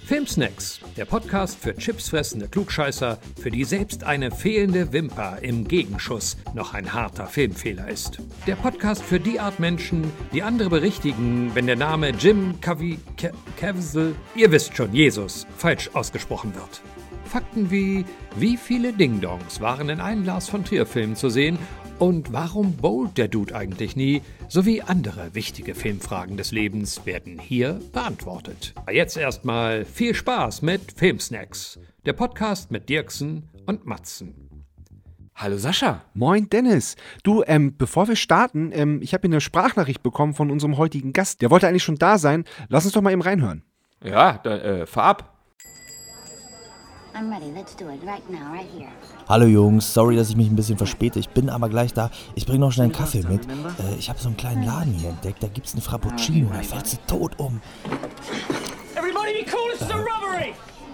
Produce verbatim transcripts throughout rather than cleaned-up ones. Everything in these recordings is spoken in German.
Filmsnacks, der Podcast für chipsfressende Klugscheißer, für die selbst eine fehlende Wimper im Gegenschuss noch ein harter Filmfehler ist. Der Podcast für die Art Menschen, die andere berichtigen, wenn der Name Jim Cavi- Ca- Caviezel, ihr wisst schon, Jesus, falsch ausgesprochen wird. Fakten wie, wie viele Ding-Dongs waren in einem Lars von Trier-Film zu sehen und warum bowlt der Dude eigentlich nie, sowie andere wichtige Filmfragen des Lebens werden hier beantwortet. Aber jetzt erstmal viel Spaß mit Filmsnacks, der Podcast mit Dirksen und Matzen. Hallo Sascha. Moin Dennis. Du, ähm, bevor wir starten, ähm, ich habe hier eine Sprachnachricht bekommen von unserem heutigen Gast. Der wollte eigentlich schon da sein. Lass uns doch mal eben reinhören. Ja, dann äh, fahr ab. I'm ready. Let's do it right now, right here. Hallo Jungs, sorry, dass ich mich ein bisschen verspäte. Ich bin aber gleich da. Ich bringe noch schnell einen Kaffee mit. Äh, ich habe so einen kleinen Laden hier entdeckt. Da gibt's einen Frappuccino. Da fällt sie tot um. Everybody be cool, this is a robbery!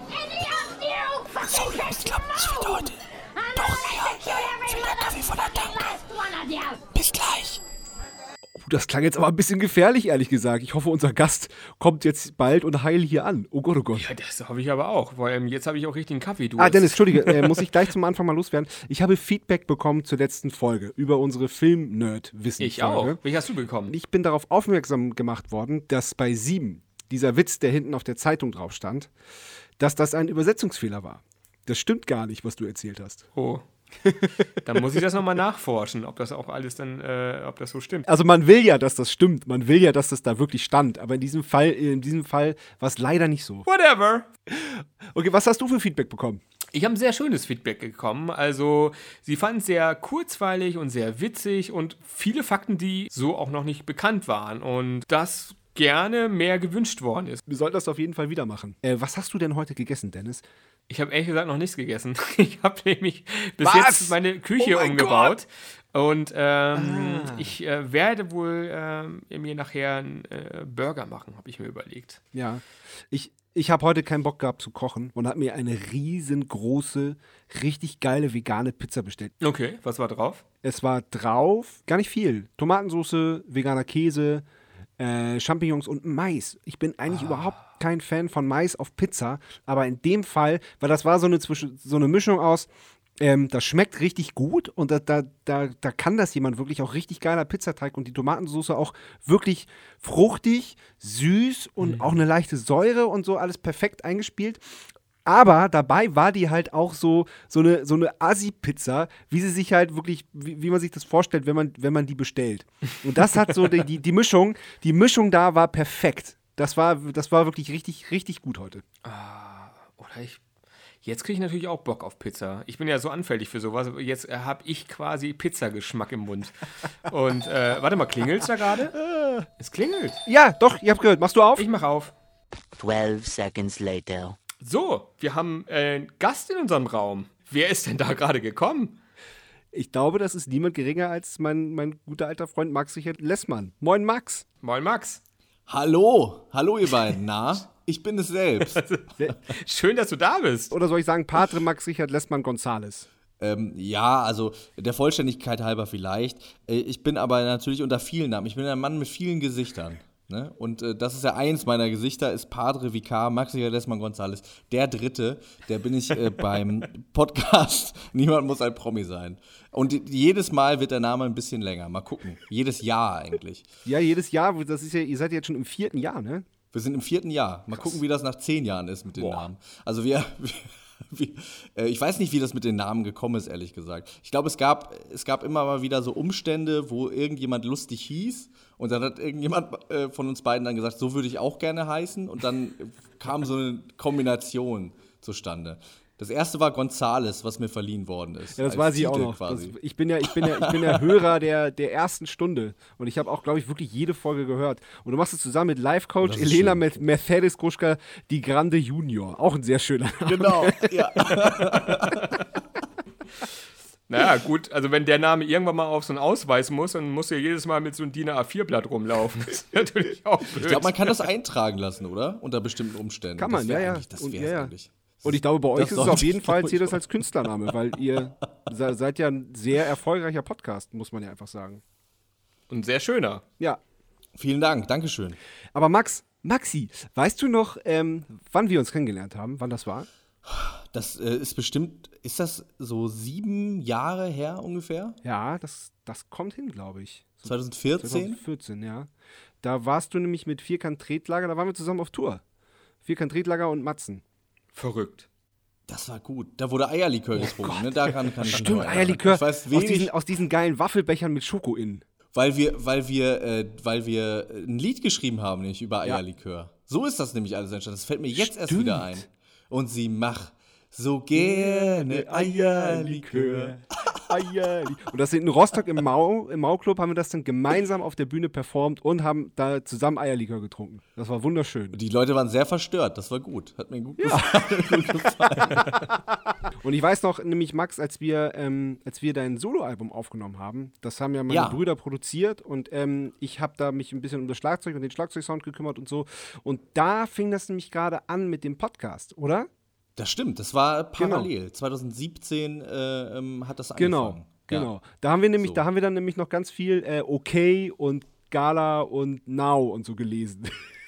Sorry, ich glaube, ich werde heute doch eher will der Kaffee von der Tanke. Bis gleich. Oh, das klang jetzt aber ein bisschen gefährlich, ehrlich gesagt. Ich hoffe, unser Gast kommt jetzt bald und heil hier an. Oh Gott, oh Gott. Ja, das hoffe ich aber auch. Vor allem jetzt habe ich auch richtigen Kaffee. Du Ah, Dennis, Entschuldige, äh, muss ich gleich zum Anfang mal loswerden. Ich habe Feedback bekommen zur letzten Folge über unsere Film-Nerd-Wissen-Folge. Ich auch. Welche hast du bekommen? Ich bin darauf aufmerksam gemacht worden, dass bei sieben, dieser Witz, der hinten auf der Zeitung drauf stand, dass das ein Übersetzungsfehler war. Das stimmt gar nicht, was du erzählt hast. Oh. Dann muss ich das nochmal nachforschen, ob das auch alles dann, äh, ob das so stimmt. Also man will ja, dass das stimmt. Man will ja, dass das da wirklich stand. Aber in diesem Fall, in diesem Fall war es leider nicht so. Whatever. Okay, was hast du für Feedback bekommen? Ich habe ein sehr schönes Feedback bekommen. Also, sie fanden es sehr kurzweilig und sehr witzig und viele Fakten, die so auch noch nicht bekannt waren. Und das gerne mehr gewünscht worden ist. Wir sollten das auf jeden Fall wieder machen. Äh, was hast du denn heute gegessen, Dennis? Ich habe ehrlich gesagt noch nichts gegessen. Ich habe nämlich bis Was? jetzt meine Küche Oh mein umgebaut. Und ähm, Ah. ich äh, werde wohl ähm, mir nachher einen äh, Burger machen, habe ich mir überlegt. Ja, ich, ich habe heute keinen Bock gehabt zu kochen und habe mir eine riesengroße, richtig geile vegane Pizza bestellt. Okay, was war drauf? Es war drauf, gar nicht viel. Tomatensauce, veganer Käse, äh, Champignons und Mais. Ich bin eigentlich Ah. überhaupt kein Fan von Mais auf Pizza, aber in dem Fall, weil das war so eine, Zwischen, so eine Mischung aus, ähm, das schmeckt richtig gut und da, da, da, da kann das jemand wirklich auch richtig geiler Pizzateig und die Tomatensauce auch wirklich fruchtig, süß und Mhm. auch eine leichte Säure und so, alles perfekt eingespielt. Aber dabei war die halt auch so, so eine, so eine Assi-Pizza, wie sie sich halt wirklich, wie, wie man sich das vorstellt, wenn man, wenn man die bestellt. Und das hat so die, die, die Mischung, die Mischung da war perfekt. Das war, das war wirklich richtig, richtig gut heute. Oder ich. Jetzt kriege ich natürlich auch Bock auf Pizza. Ich bin ja so anfällig für sowas. Jetzt äh, habe ich quasi Pizzageschmack im Mund. Und, äh, warte mal, klingelt's da gerade? Es klingelt. Ja, doch, ihr habt gehört. Machst du auf? Ich mache auf. Twelve seconds later. So, wir haben äh, einen Gast in unserem Raum. Wer ist denn da gerade gekommen? Ich glaube, das ist niemand geringer als mein, mein guter alter Freund Max Richard Lessmann. Moin, Max. Moin, Max. Hallo, hallo ihr beiden. Na, ich bin es selbst. Schön, dass du da bist. Oder soll ich sagen, Patre Max Richard Lessmann Gonzales? Ähm, ja, also der Vollständigkeit halber vielleicht. Äh, ich bin aber natürlich unter vielen Namen. Ich bin ein Mann mit vielen Gesichtern. Ne? Und äh, das ist ja eins meiner Gesichter, ist Padre Vicar Max Richard Lessmann Gonzales. Der dritte, der bin ich äh, beim Podcast Niemand muss ein Promi sein. Und die, jedes Mal wird der Name ein bisschen länger. Mal gucken. Jedes Jahr eigentlich. Ja, jedes Jahr, das ist ja, ihr seid jetzt schon im vierten Jahr, ne? Wir sind im vierten Jahr. Mal gucken, wie das nach zehn Jahren ist mit den Boah. Namen. Also wir, wir äh, ich weiß nicht, wie das mit den Namen gekommen ist, ehrlich gesagt. Ich glaube, es gab, es gab immer mal wieder so Umstände, wo irgendjemand lustig hieß und dann hat irgendjemand äh, von uns beiden dann gesagt, so würde ich auch gerne heißen und dann kam so eine Kombination zustande. Das erste war Gonzales, was mir verliehen worden ist. Ja, das als weiß ich auch Titel noch. Das, Quasi. ich bin ja, ich bin ja, ich bin ja Hörer der, der ersten Stunde. Und ich habe auch, glaube ich, wirklich jede Folge gehört. Und du machst es zusammen mit Life-Coach Das ist Elena schön. Met- Mercedes Gruschka, die Grande Junior. Auch ein sehr schöner Name. Genau, ja. Naja, gut, also wenn der Name irgendwann mal auf so einen Ausweis muss, dann muss er jedes Mal mit so einem D I N A vier Blatt rumlaufen. Das ist natürlich auch blöd. Ich glaube, man kann das eintragen lassen, oder? Unter bestimmten Umständen. Kann man, das wär ja, ja. eigentlich- Das Und, wäre ja, ja. eigentlich. Und ich glaube, bei euch Das ist es auf sollte jeden ich, Fall, glaub zählt ich, das als Künstlername, weil ihr se- seid ja ein sehr erfolgreicher Podcast, muss man ja einfach sagen. Und sehr schöner. Ja. Vielen Dank, Dankeschön. Aber Max, Maxi, weißt du noch, ähm, wann wir uns kennengelernt haben, wann das war? Das äh, ist bestimmt, ist das so sieben Jahre her ungefähr? Ja, das, das kommt hin, glaube ich. So zwanzig vierzehn? zwanzig vierzehn, ja. Da warst du nämlich mit Vierkant Tretlager, da waren wir zusammen auf Tour. Vierkant Tretlager und Matzen. Verrückt. Das war gut. Da wurde Eierlikör getrunken, ne? Daran kann ich mich Stimmt, noch erinnern. Eierlikör Ich weiß aus wenig, diesen, aus diesen geilen Waffelbechern mit Schoko innen. weil wir, weil wir, äh, weil wir ein Lied geschrieben haben, nicht über Ja. Eierlikör. So ist das nämlich alles entstanden. Das fällt mir jetzt erst Stimmt. wieder ein. Und sie macht so gerne Eierlikör. Eierlikör. Und das in Rostock im Mau, im Mau-Club haben wir das dann gemeinsam auf der Bühne performt und haben da zusammen Eierlikör getrunken. Das war wunderschön. Die Leute waren sehr verstört. Das war gut. Hat mir gut, gefallen. gut gefallen. Und ich weiß noch, nämlich Max, als wir, ähm, als wir dein Soloalbum aufgenommen haben, das haben ja meine Ja. Brüder produziert und ähm, ich habe da mich ein bisschen um das Schlagzeug und den Schlagzeugsound gekümmert und so. Und da fing das nämlich gerade an mit dem Podcast, oder? Das stimmt. Das war parallel. zwanzig siebzehn äh, ähm, hat das Genau, angefangen. genau. Da haben wir nämlich, So. da haben wir dann nämlich noch ganz viel äh, Okay und Gala und Now und so gelesen.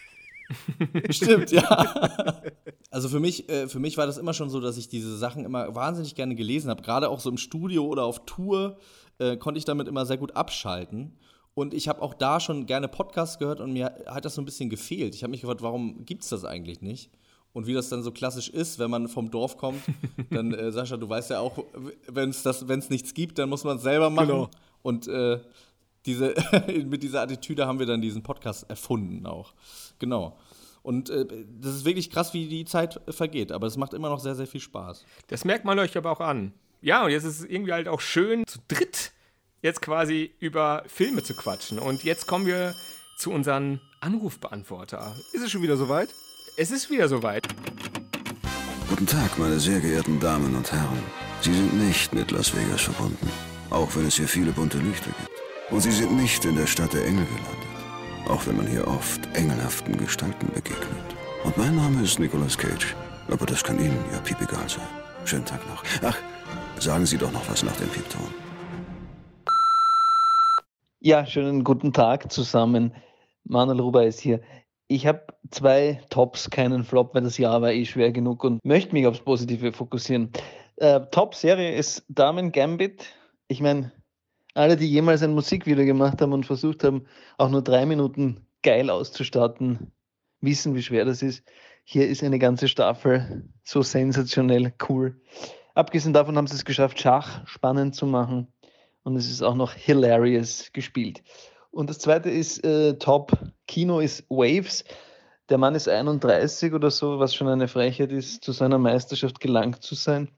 Stimmt, ja. Also für mich, äh, für mich war das immer schon so, dass ich diese Sachen immer wahnsinnig gerne gelesen habe. Gerade auch so im Studio oder auf Tour äh, konnte ich damit immer sehr gut abschalten. Und ich habe auch da schon gerne Podcasts gehört und mir hat das so ein bisschen gefehlt. Ich habe mich gefragt, warum gibt es das eigentlich nicht? Und wie das dann so klassisch ist, wenn man vom Dorf kommt, dann, äh, Sascha, du weißt ja auch, wenn es nichts gibt, dann muss man es selber machen. Genau. Und äh, diese, mit dieser Attitüde haben wir dann diesen Podcast erfunden auch. Genau. Und äh, das ist wirklich krass, wie die Zeit vergeht. Aber es macht immer noch sehr, sehr viel Spaß. Das merkt man euch aber auch an. Ja, und jetzt ist es irgendwie halt auch schön, zu dritt jetzt quasi über Filme zu quatschen. Und jetzt kommen wir zu unseren Anrufbeantworter. Ist es schon wieder soweit? Es ist wieder soweit. Guten Tag, meine sehr geehrten Damen und Herren. Sie sind nicht mit Las Vegas verbunden, auch wenn es hier viele bunte Lichter gibt. Und Sie sind nicht in der Stadt der Engel gelandet, auch wenn man hier oft engelhaften Gestalten begegnet. Und mein Name ist Nicolas Cage, aber das kann Ihnen ja piepegal sein. Schönen Tag noch. Ach, sagen Sie doch noch was nach dem Piepton. Ja, schönen guten Tag zusammen. Manuel Ruber ist hier. Ich habe zwei Tops, keinen Flop, weil das Jahr war eh schwer genug und möchte mich aufs Positive fokussieren. Äh, Top-Serie ist Damen Gambit. Ich meine, alle, die jemals ein Musikvideo gemacht haben und versucht haben, auch nur drei Minuten geil auszustatten, wissen, wie schwer das ist. Hier ist eine ganze Staffel so sensationell cool. Abgesehen davon haben sie es geschafft, Schach spannend zu machen und es ist auch noch hilarious gespielt. Und das zweite ist äh, Top Kino ist Waves. Der Mann ist einunddreißig oder so, was schon eine Frechheit ist, zu seiner Meisterschaft gelangt zu sein.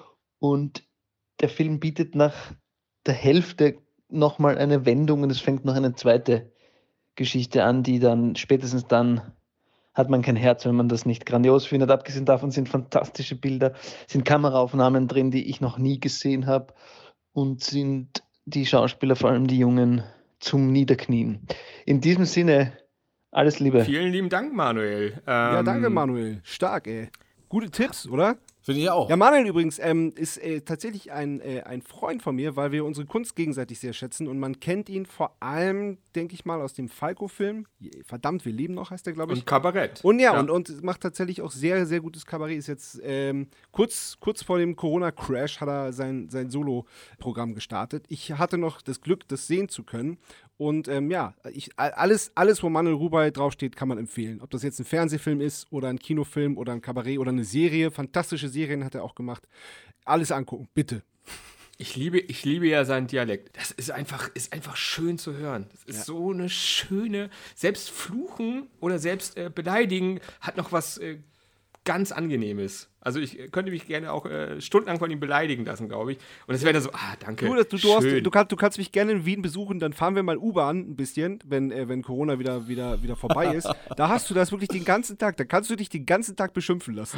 Und der Film bietet nach der Hälfte nochmal eine Wendung und es fängt noch eine zweite Geschichte an, die dann, spätestens dann hat man kein Herz, wenn man das nicht grandios findet. Abgesehen davon sind fantastische Bilder, sind Kameraaufnahmen drin, die ich noch nie gesehen habe und sind die Schauspieler, vor allem die Jungen, zum Niederknien. In diesem Sinne, alles Liebe. Vielen lieben Dank, Manuel. Ähm, Ja, danke, Manuel. Stark, ey. Gute Tipps, oder? Finde ich auch. Ja, Manuel übrigens ähm, ist äh, tatsächlich ein, äh, ein Freund von mir, weil wir unsere Kunst gegenseitig sehr schätzen und man kennt ihn vor allem, denke ich mal, aus dem Falco-Film. Verdammt, wir leben noch, heißt der, glaube ich. Und Kabarett. Und ja, Ja. Und, und macht tatsächlich auch sehr, sehr gutes Kabarett. Ist jetzt ähm, kurz, kurz vor dem Corona-Crash hat er sein, sein Solo-Programm gestartet. Ich hatte noch das Glück, das sehen zu können. Und ähm, ja, ich, alles, alles, wo Manuel Rubey draufsteht, kann man empfehlen. Ob das jetzt ein Fernsehfilm ist oder ein Kinofilm oder ein Kabarett oder eine Serie. Fantastische Serien hat er auch gemacht. Alles angucken, bitte. Ich liebe, ich liebe ja seinen Dialekt. Das ist einfach, ist einfach schön zu hören. Das ist Ja. so eine schöne, selbst Fluchen oder selbst äh, Beleidigen hat noch was äh, ganz Angenehmes. Also ich äh, könnte mich gerne auch äh, stundenlang von ihm beleidigen lassen, glaube ich. Und das wäre dann so, ah, danke, Du, das, du, du, hast, schön. du, kannst, du kannst mich gerne in Wien besuchen, dann fahren wir mal U-Bahn ein bisschen, wenn, äh, wenn Corona wieder, wieder, wieder vorbei ist. Da hast du das wirklich den ganzen Tag, da kannst du dich den ganzen Tag beschimpfen lassen.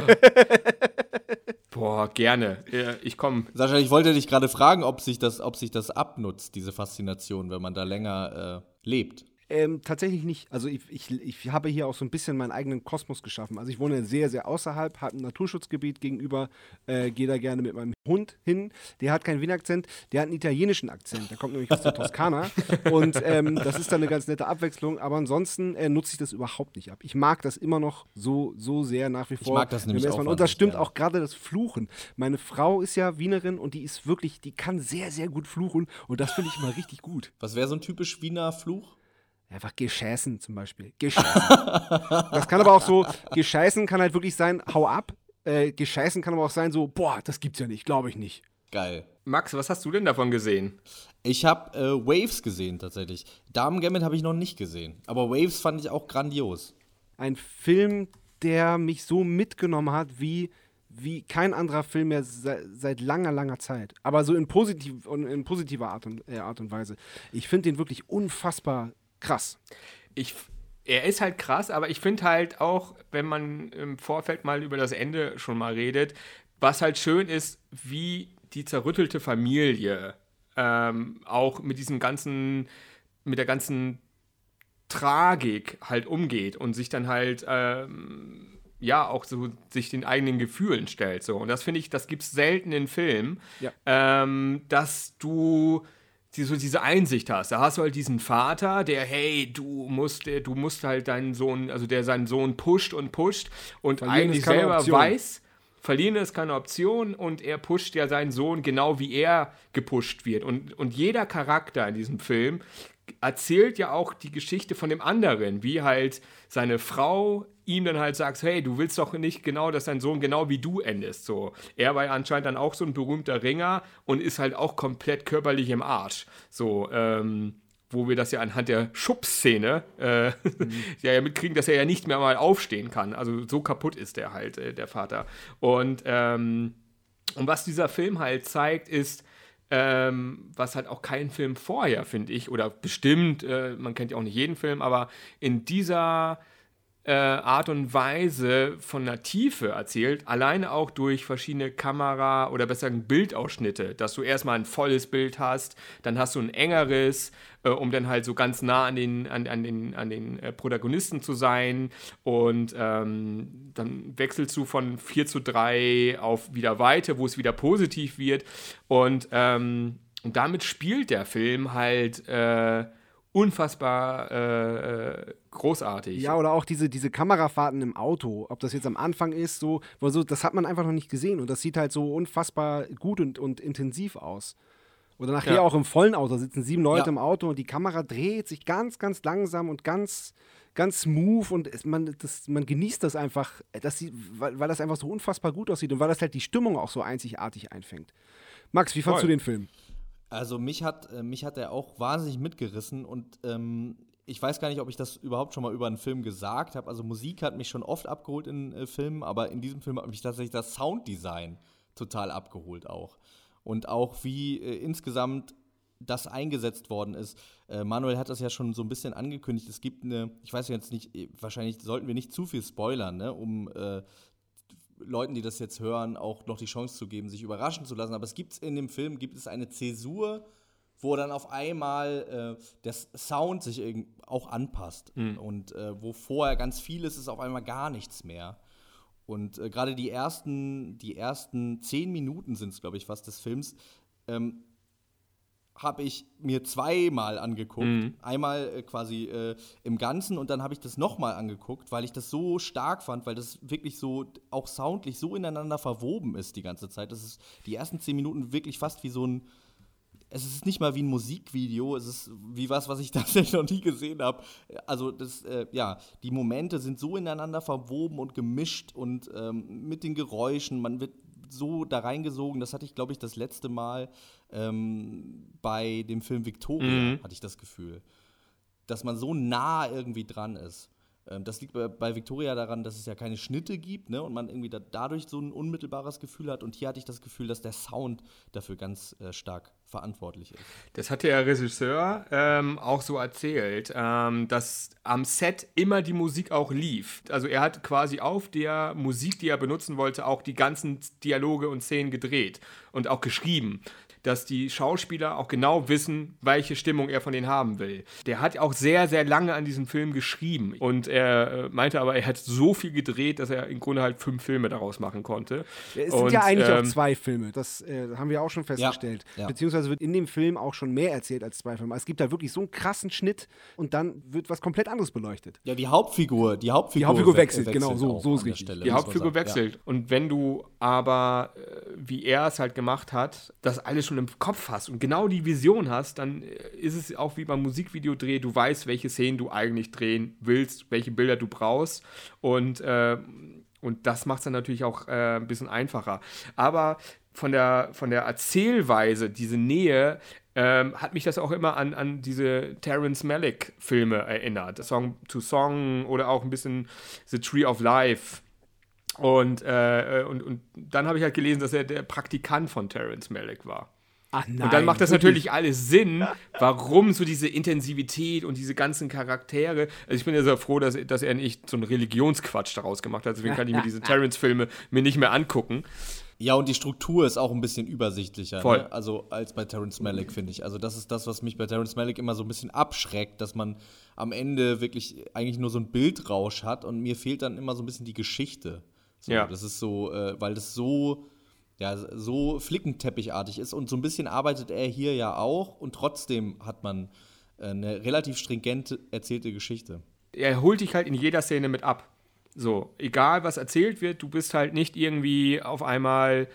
Boah, gerne. Äh, ich komme. Sascha, ich wollte dich gerade fragen, ob sich, das, ob sich das abnutzt, diese Faszination, wenn man da länger äh, lebt. Ähm, tatsächlich nicht. Also ich, ich, ich habe hier auch so ein bisschen meinen eigenen Kosmos geschaffen. Also ich wohne sehr, sehr außerhalb, habe ein Naturschutzgebiet gegenüber, äh, gehe da gerne mit meinem Hund hin. Der hat keinen Wien-Akzent, der hat einen italienischen Akzent. Der kommt nämlich aus der Toskana. Und ähm, das ist dann eine ganz nette Abwechslung. Aber ansonsten äh, nutze ich das überhaupt nicht ab. Ich mag das immer noch so, so sehr nach wie vor. Ich mag das nämlich auch. Und das stimmt auch gerade das Fluchen. Meine Frau ist ja Wienerin und die ist wirklich, die kann sehr, sehr gut fluchen. Und das finde ich immer richtig gut. Was wäre so ein typisch Wiener Fluch? Einfach gescheißen zum Beispiel. Gescheißen. Das kann aber auch so, gescheißen kann halt wirklich sein, hau ab. Äh, gescheißen kann aber auch sein, so, boah, das gibt's ja nicht, glaube ich nicht. Geil. Max, was hast du denn davon gesehen? Ich habe äh, Waves gesehen tatsächlich. Damen-Gambit habe ich noch nicht gesehen. Aber Waves fand ich auch grandios. Ein Film, der mich so mitgenommen hat, wie, wie kein anderer Film mehr se- seit langer, langer Zeit. Aber so in, positiv, in positiver Art und, äh, Art und Weise. Ich finde den wirklich unfassbar krass. Ich, er ist halt krass, aber ich finde halt auch, wenn man im Vorfeld mal über das Ende schon mal redet, was halt schön ist, wie die zerrüttelte Familie ähm, auch mit diesem ganzen, mit der ganzen Tragik halt umgeht und sich dann halt ähm, ja auch so sich den eigenen Gefühlen stellt. So. Und das finde ich, das gibt es selten in Filmen, ja. ähm, dass du die, so diese Einsicht hast. Da hast du halt diesen Vater, der, hey, du musst, du musst halt deinen Sohn, also der seinen Sohn pusht und pusht und Verlieren eigentlich ist keine selber Option. weiß, verlieren ist keine Option und er pusht ja seinen Sohn genau wie er gepusht wird. Und, und jeder Charakter in diesem Film erzählt ja auch die Geschichte von dem anderen, wie halt seine Frau ihm dann halt sagt, hey, du willst doch nicht genau, dass dein Sohn genau wie du endest. So. Er war ja anscheinend dann auch so ein berühmter Ringer und ist halt auch komplett körperlich im Arsch. So, ähm, wo wir das ja anhand der Schubsszene äh, mhm. ja, ja mitkriegen, dass er ja nicht mehr mal aufstehen kann. Also so kaputt ist der halt, äh, der Vater. Und, ähm, und was dieser Film halt zeigt, ist, Ähm, was halt auch kein Film vorher, finde ich, oder bestimmt, äh, man kennt ja auch nicht jeden Film, aber in dieser äh, Art und Weise von einer Tiefe erzählt, alleine auch durch verschiedene Kamera- oder besser gesagt Bildausschnitte, dass du erstmal ein volles Bild hast, dann hast du ein engeres, äh, um dann halt so ganz nah an den, an, an den, an den äh, Protagonisten zu sein und ähm, dann wechselst du von vier zu drei auf wieder Weite, wo es wieder positiv wird und, ähm, und damit spielt der Film halt äh, unfassbar äh, großartig. Ja, oder auch diese, diese Kamerafahrten im Auto, ob das jetzt am Anfang ist, so, wo so, das hat man einfach noch nicht gesehen und das sieht halt so unfassbar gut und, und intensiv aus. Oder nachher Ja. auch im vollen Auto sitzen sieben Leute Ja. im Auto und die Kamera dreht sich ganz, ganz langsam und ganz, ganz smooth und es, man, das, man genießt das einfach, dass sie, weil, weil das einfach so unfassbar gut aussieht und weil das halt die Stimmung auch so einzigartig einfängt. Max, wie fandst Voll. du den Film? Also mich hat, äh, mich hat er auch wahnsinnig mitgerissen und ähm, ich weiß gar nicht, ob ich das überhaupt schon mal über einen Film gesagt habe. Also Musik hat mich schon oft abgeholt in äh, Filmen, aber in diesem Film hat mich tatsächlich das Sounddesign total abgeholt auch. Und auch wie äh, insgesamt das eingesetzt worden ist. Äh, Manuel hat das ja schon so ein bisschen angekündigt. Es gibt eine, ich weiß jetzt nicht, äh, wahrscheinlich sollten wir nicht zu viel spoilern, ne, um äh, Leuten, die das jetzt hören, auch noch die Chance zu geben, sich überraschen zu lassen. Aber es gibt in dem Film gibt es eine Zäsur, wo dann auf einmal äh, der Sound sich irgend auch anpasst. Mhm. Und äh, wo vorher ganz viel ist, ist auf einmal gar nichts mehr. Und äh, gerade die ersten, die ersten zehn Minuten sind es, glaube ich, fast des Films, ähm, habe ich mir zweimal angeguckt. Mhm. Einmal äh, quasi äh, im Ganzen und dann habe ich das nochmal angeguckt, weil ich das so stark fand, weil das wirklich so auch soundlich so ineinander verwoben ist die ganze Zeit. Das ist die ersten zehn Minuten wirklich fast wie so ein, es ist nicht mal wie ein Musikvideo, es ist wie was, was ich tatsächlich noch nie gesehen habe. Also das, äh, ja, die Momente sind so ineinander verwoben und gemischt und ähm, mit den Geräuschen, man wird so da reingesogen, das hatte ich, glaube ich, das letzte Mal ähm, bei dem Film Victoria, Mhm. hatte ich das Gefühl. Dass man so nah irgendwie dran ist. Ähm, das liegt bei, bei Victoria daran, dass es ja keine Schnitte gibt, ne, und man irgendwie da, dadurch so ein unmittelbares Gefühl hat. Und hier hatte ich das Gefühl, dass der Sound dafür ganz äh, stark verantwortlich ist. Das hat der Regisseur ähm, auch so erzählt, ähm, dass am Set immer die Musik auch lief. Also er hat quasi auf der Musik, die er benutzen wollte, auch die ganzen Dialoge und Szenen gedreht und auch geschrieben. dass die Schauspieler auch genau wissen, welche Stimmung er von denen haben will. Der hat auch sehr, sehr lange an diesem Film geschrieben und er meinte aber, er hat so viel gedreht, dass er im Grunde halt fünf Filme daraus machen konnte. Es sind und, ja eigentlich ähm, auch zwei Filme, das äh, haben wir auch schon festgestellt. Ja, ja. Beziehungsweise wird in dem Film auch schon mehr erzählt als zwei Filme. Es gibt da wirklich so einen krassen Schnitt und dann wird was komplett anderes beleuchtet. Ja, die Hauptfigur, die Hauptfigur, Die Hauptfigur we- wechselt, genau, so- auch so ist an der richtig. Stelle, Die muss man Hauptfigur sagen. wechselt. Und wenn du aber, äh, wie er es halt gemacht hat, das alles schon im Kopf hast und genau die Vision hast, dann äh, ist es auch wie beim Musikvideodreh, du weißt, welche Szenen du eigentlich drehen willst, welche Bilder du brauchst und, äh, und das macht es dann natürlich auch äh, ein bisschen einfacher. Aber von der, von der Erzählweise, diese Nähe, ähm, hat mich das auch immer an, an diese Terrence Malick-Filme erinnert. Song to Song oder auch ein bisschen The Tree of Life. Und, äh, und, und dann habe ich halt gelesen, dass er der Praktikant von Terrence Malick war. Ach nein, und dann macht das wirklich? natürlich alles Sinn, warum so diese Intensivität und diese ganzen Charaktere. Also ich bin ja sehr froh, dass, dass er nicht so einen Religionsquatsch daraus gemacht hat. Deswegen kann ich mir diese Terrence-Filme mir nicht mehr angucken. Ja, und die Struktur ist auch ein bisschen übersichtlicher, Voll. ne? Also als bei Terrence Malick, finde ich. Also das ist das, was mich bei Terrence Malick immer so ein bisschen abschreckt, dass man am Ende wirklich eigentlich nur so ein Bildrausch hat und mir fehlt dann immer so ein bisschen die Geschichte. So, Ja. Das ist so, äh, weil das so, ja, so flickenteppichartig ist und so ein bisschen arbeitet er hier ja auch und trotzdem hat man äh, eine relativ stringent erzählte Geschichte. Er holt dich halt in jeder Szene mit ab. So, egal was erzählt wird, du bist halt nicht irgendwie auf einmal,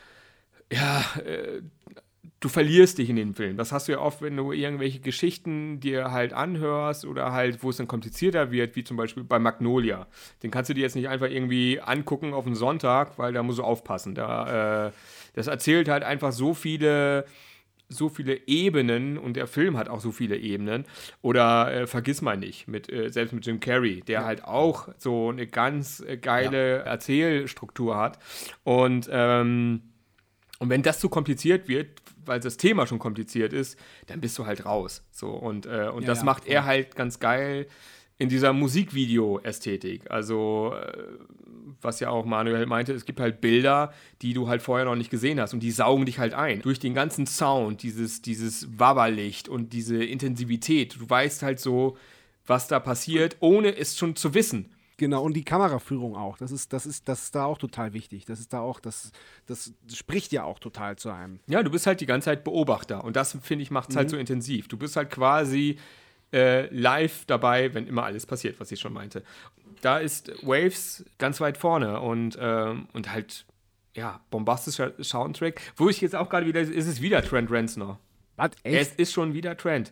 ja, äh, du verlierst dich in den Film. Das hast du ja oft, wenn du irgendwelche Geschichten dir halt anhörst oder halt, wo es dann komplizierter wird, wie zum Beispiel bei Magnolia. Den kannst du dir jetzt nicht einfach irgendwie angucken auf einen Sonntag, weil da musst du aufpassen. Da, äh, das erzählt halt einfach so viele so viele Ebenen und der Film hat auch so viele Ebenen. Oder äh, Vergiss mal nicht, mit, äh, selbst mit Jim Carrey, der ja. halt auch so eine ganz äh, geile ja. Erzählstruktur hat. Und, ähm, und wenn das zu kompliziert wird, weil das Thema schon kompliziert ist, dann bist du halt raus. So, und äh, und ja, das ja, macht er halt ganz geil in dieser Musikvideo-Ästhetik. Also, äh, was ja auch Manuel meinte, es gibt halt Bilder, die du halt vorher noch nicht gesehen hast und die saugen dich halt ein. Durch den ganzen Sound, dieses, dieses Wabberlicht und diese Intensivität. Du weißt halt so, was da passiert, ohne es schon zu wissen. Genau, und die Kameraführung auch. Das ist, das ist, das ist da auch total wichtig. Das ist da auch, das, das spricht ja auch total zu einem. Ja, du bist halt die ganze Zeit Beobachter und das, finde ich, macht es mhm. halt so intensiv. Du bist halt quasi äh, live dabei, wenn immer alles passiert, was ich schon meinte. Da ist Waves ganz weit vorne und, ähm, und halt, ja, bombastischer Soundtrack. Wo ich jetzt auch gerade wieder, ist es wieder Trent Reznor. Was, echt? Es ist schon wieder Trent.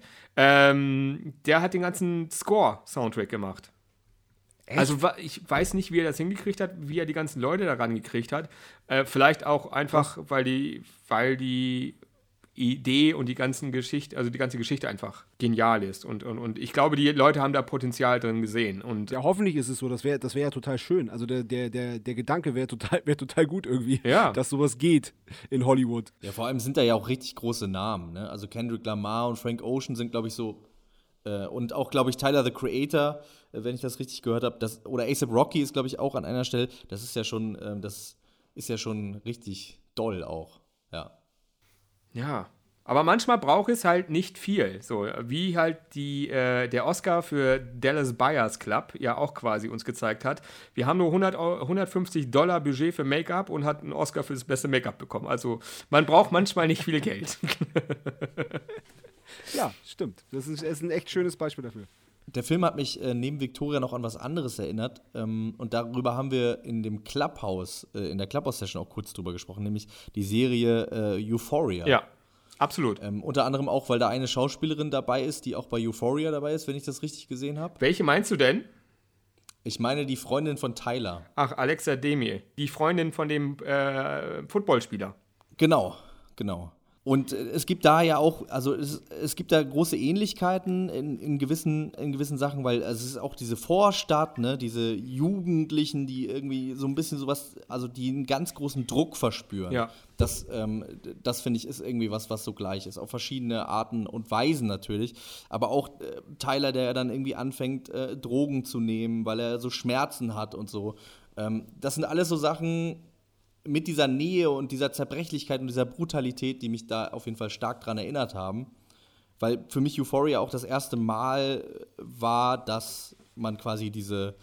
Ähm, der hat den ganzen Score-Soundtrack gemacht. Echt? Also ich weiß nicht, wie er das hingekriegt hat, wie er die ganzen Leute daran gekriegt hat. Äh, vielleicht auch einfach, weil die, weil die Idee und die ganzen Geschichte, also die ganze Geschichte einfach genial ist. Und, und, und ich glaube, die Leute haben da Potenzial drin gesehen. Und ja, hoffentlich ist es so. Das wäre das wär ja total schön. Also der, der, der, der Gedanke wäre total, wär total gut irgendwie, ja. dass sowas geht in Hollywood. Ja, vor allem sind da ja auch richtig große Namen. Ne? Also Kendrick Lamar und Frank Ocean sind, glaube ich, so äh, und auch, glaube ich, Tyler, the Creator, äh, wenn ich das richtig gehört habe, oder A$AP Rocky ist, glaube ich, auch an einer Stelle. Das ist ja schon, äh, das ist ja schon richtig doll auch, ja. Ja, aber manchmal braucht es halt nicht viel. So, wie halt die, äh, der Oscar für Dallas Buyers Club ja auch quasi uns gezeigt hat. Wir haben nur hundert, hundertfünfzig Dollar Budget für Make-up und hat einen Oscar für das beste Make-up bekommen. Also man braucht manchmal nicht viel Geld. Ja, stimmt. Das ist, ist ein echt schönes Beispiel dafür. Der Film hat mich äh, neben Victoria noch an was anderes erinnert. Ähm, und darüber haben wir in dem Clubhouse, äh, in der Clubhouse-Session auch kurz drüber gesprochen, nämlich die Serie äh, Euphoria. Ja, absolut. Ähm, unter anderem auch, weil da eine Schauspielerin dabei ist, die auch bei Euphoria dabei ist, wenn ich das richtig gesehen habe. Welche meinst du denn? Ich meine die Freundin von Tyler. Ach, Alexa Demie. Die Freundin von dem äh, Footballspieler. Genau, genau. Und es gibt da ja auch, also es, es gibt da große Ähnlichkeiten in, in, gewissen, in gewissen Sachen, weil also es ist auch diese Vorstadt, ne, diese Jugendlichen, die irgendwie so ein bisschen sowas, also die einen ganz großen Druck verspüren. Ja. Das, ähm, das finde ich, ist irgendwie was, was so gleich ist. Auf verschiedene Arten und Weisen natürlich. Aber auch äh, Tyler, der dann irgendwie anfängt, äh, Drogen zu nehmen, weil er so Schmerzen hat und so. Ähm, das sind alles so Sachen, mit dieser Nähe und dieser Zerbrechlichkeit und dieser Brutalität, die mich da auf jeden Fall stark dran erinnert haben. Weil für mich Euphoria auch das erste Mal war, dass man quasi diese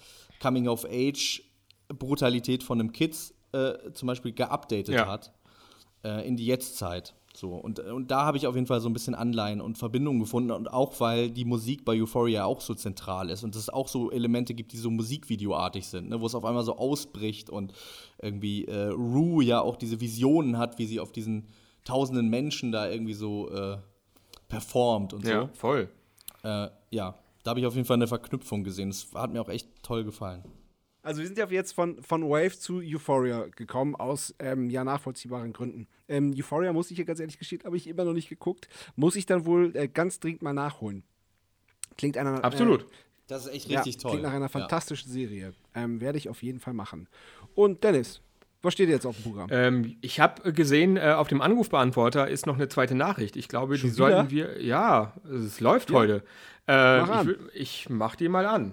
Coming-of-Age-Brutalität von einem Kids äh, zum Beispiel geupdatet ja. hat äh, in die Jetztzeit. So, und, und da habe ich auf jeden Fall so ein bisschen Anleihen und Verbindungen gefunden. Und auch, weil die Musik bei Euphoria auch so zentral ist und es auch so Elemente gibt, die so musikvideoartig sind, ne, wo es auf einmal so ausbricht und irgendwie äh, Rue ja auch diese Visionen hat, wie sie auf diesen tausenden Menschen da irgendwie so äh, performt und so. Ja, voll. Äh, ja, da habe ich auf jeden Fall eine Verknüpfung gesehen. Das hat mir auch echt toll gefallen. Also wir sind ja jetzt von, von Wave zu Euphoria gekommen, aus ähm, ja nachvollziehbaren Gründen. Ähm, Euphoria, muss ich hier ganz ehrlich gestehen, habe ich immer noch nicht geguckt. Muss ich dann wohl äh, ganz dringend mal nachholen. Klingt einer... Absolut. Äh, das ist echt ja, richtig toll. Klingt nach einer fantastischen ja. Serie. Ähm, werde ich auf jeden Fall machen. Und Dennis, was steht jetzt auf dem Programm? Ähm, ich habe gesehen, äh, auf dem Anrufbeantworter ist noch eine zweite Nachricht. Ich glaube, Schon die sollten wieder? wir... Ja, es läuft ja. heute. Äh, mach ich, ich mach die mal an.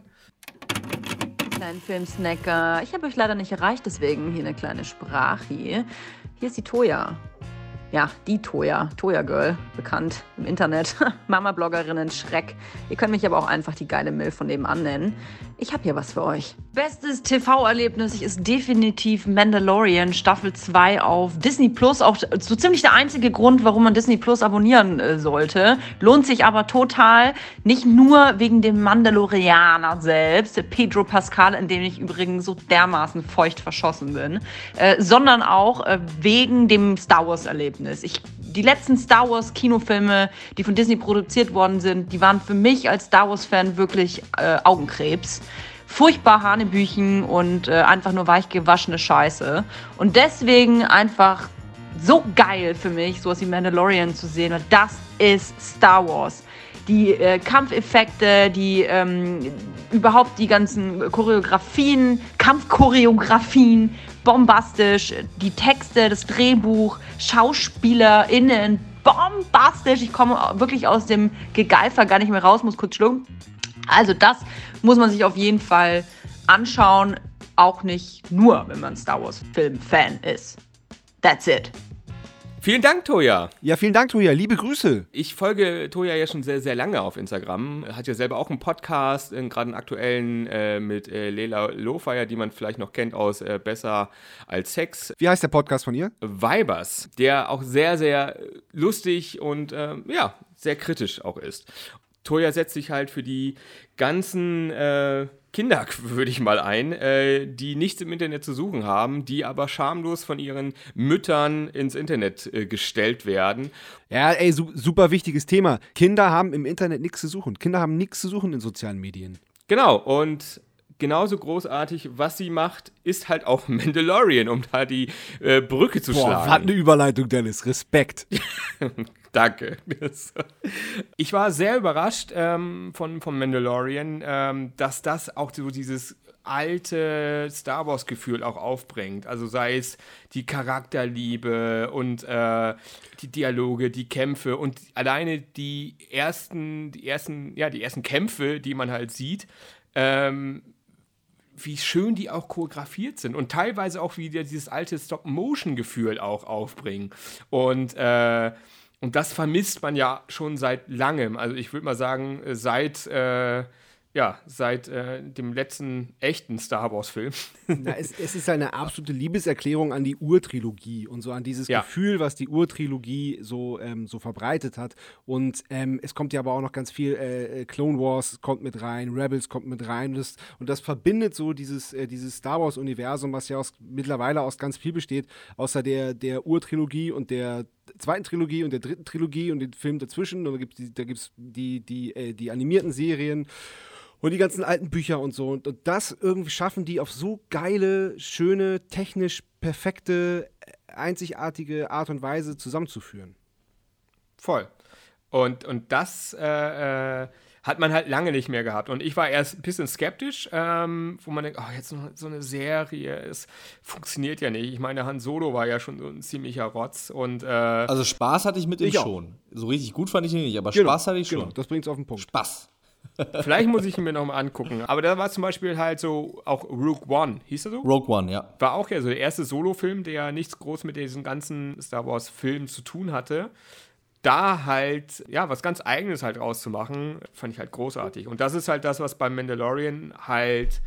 Kleinen Filmsnacker. Ich habe euch leider nicht erreicht, deswegen hier eine kleine Sprache. Hier ist die Toya. Ja, die Toya. Toya Girl, bekannt im Internet. Mama-Bloggerinnen Schreck. Ihr könnt mich aber auch einfach die geile Milf von nebenan nennen. Ich habe hier was für euch. Bestes T V-Erlebnis ist definitiv Mandalorian Staffel zwei auf Disney Plus. Auch so ziemlich der einzige Grund, warum man Disney Plus abonnieren äh, sollte. Lohnt sich aber total. Nicht nur wegen dem Mandalorianer selbst, Pedro Pascal, in dem ich übrigens so dermaßen feucht verschossen bin, äh, sondern auch äh, wegen dem Star Wars-Erlebnis. Ich Die letzten Star Wars Kinofilme, die von Disney produziert worden sind, die waren für mich als Star Wars Fan wirklich äh, Augenkrebs. Furchtbar Hanebüchen und äh, einfach nur weichgewaschene Scheiße. Und deswegen einfach so geil für mich, sowas wie Mandalorian zu sehen, weil das ist Star Wars. Die äh, Kampfeffekte, die ähm, überhaupt die ganzen Choreografien, Kampfchoreografien, bombastisch, die Texte, das Drehbuch, SchauspielerInnen, bombastisch. Ich komme wirklich aus dem Gegeifer gar nicht mehr raus, muss kurz schlucken. Also das muss man sich auf jeden Fall anschauen, auch nicht nur, wenn man Star Wars Film-Fan ist. That's it. Vielen Dank, Toya. Ja, vielen Dank, Toya. Liebe Grüße. Ich folge Toya ja schon sehr, sehr lange auf Instagram. Hat ja selber auch einen Podcast, äh, gerade einen aktuellen äh, mit äh, Lela Lofeyer, die man vielleicht noch kennt aus äh, Besser als Sex. Wie heißt der Podcast von ihr? Vibers, der auch sehr, sehr lustig und äh, ja, sehr kritisch auch ist. Toya setzt sich halt für die ganzen äh, Kinder, würde ich mal ein, äh, die nichts im Internet zu suchen haben, die aber schamlos von ihren Müttern ins Internet äh, gestellt werden. Ja, ey, su- super wichtiges Thema. Kinder haben im Internet nichts zu suchen. Kinder haben nichts zu suchen in sozialen Medien. Genau, und genauso großartig, was sie macht, ist halt auch Mandalorian, um da die äh, Brücke zu Boah, schlagen. was eine Überleitung, Dennis. Respekt. Danke. Ich war sehr überrascht ähm, von, von Mandalorian, ähm, dass das auch so dieses alte Star Wars-Gefühl auch aufbringt. Also sei es die Charakterliebe und äh, die Dialoge, die Kämpfe und alleine die ersten, die ersten, ja, die ersten Kämpfe, die man halt sieht, ähm, wie schön die auch choreografiert sind und teilweise auch wieder dieses alte Stop-Motion-Gefühl auch aufbringen. Und äh, Und das vermisst man ja schon seit langem. Also ich würde mal sagen, seit, äh, ja, seit äh, dem letzten echten Star Wars-Film. Na, es, es ist eine absolute Liebeserklärung an die Urtrilogie und so an dieses ja. Gefühl, was die Urtrilogie so, ähm, so verbreitet hat. Und ähm, es kommt ja aber auch noch ganz viel, äh, Clone Wars kommt mit rein, Rebels kommt mit rein. Und das, und das verbindet so dieses, äh, dieses Star Wars-Universum, was ja aus, mittlerweile aus ganz viel besteht, außer der, der Urtrilogie und der zweiten Trilogie und der dritten Trilogie und den Film dazwischen. Und da gibt es da gibt's die, die, äh, die animierten Serien und die ganzen alten Bücher und so. Und, und das irgendwie schaffen die auf so geile, schöne, technisch perfekte, einzigartige Art und Weise zusammenzuführen. Voll. Und, und das äh, äh, hat man halt lange nicht mehr gehabt. Und ich war erst ein bisschen skeptisch, ähm, wo man denkt, oh, jetzt noch so eine Serie, es funktioniert ja nicht. Ich meine, Han Solo war ja schon so ein ziemlicher Rotz. Und, äh, also Spaß hatte ich mit ihm ich schon. So richtig gut fand ich ihn nicht, aber genau, Spaß hatte ich genau, schon. Das bringt es auf den Punkt. Spaß. Vielleicht muss ich ihn mir nochmal angucken. Aber da war zum Beispiel halt so auch Rogue One, hieß er so? Rogue One, ja. War auch ja so der erste Solo-Film, der ja nichts groß mit diesen ganzen Star Wars-Filmen zu tun hatte. Da halt, ja, was ganz Eigenes halt rauszumachen, fand ich halt großartig. Und das ist halt das, was beim Mandalorian halt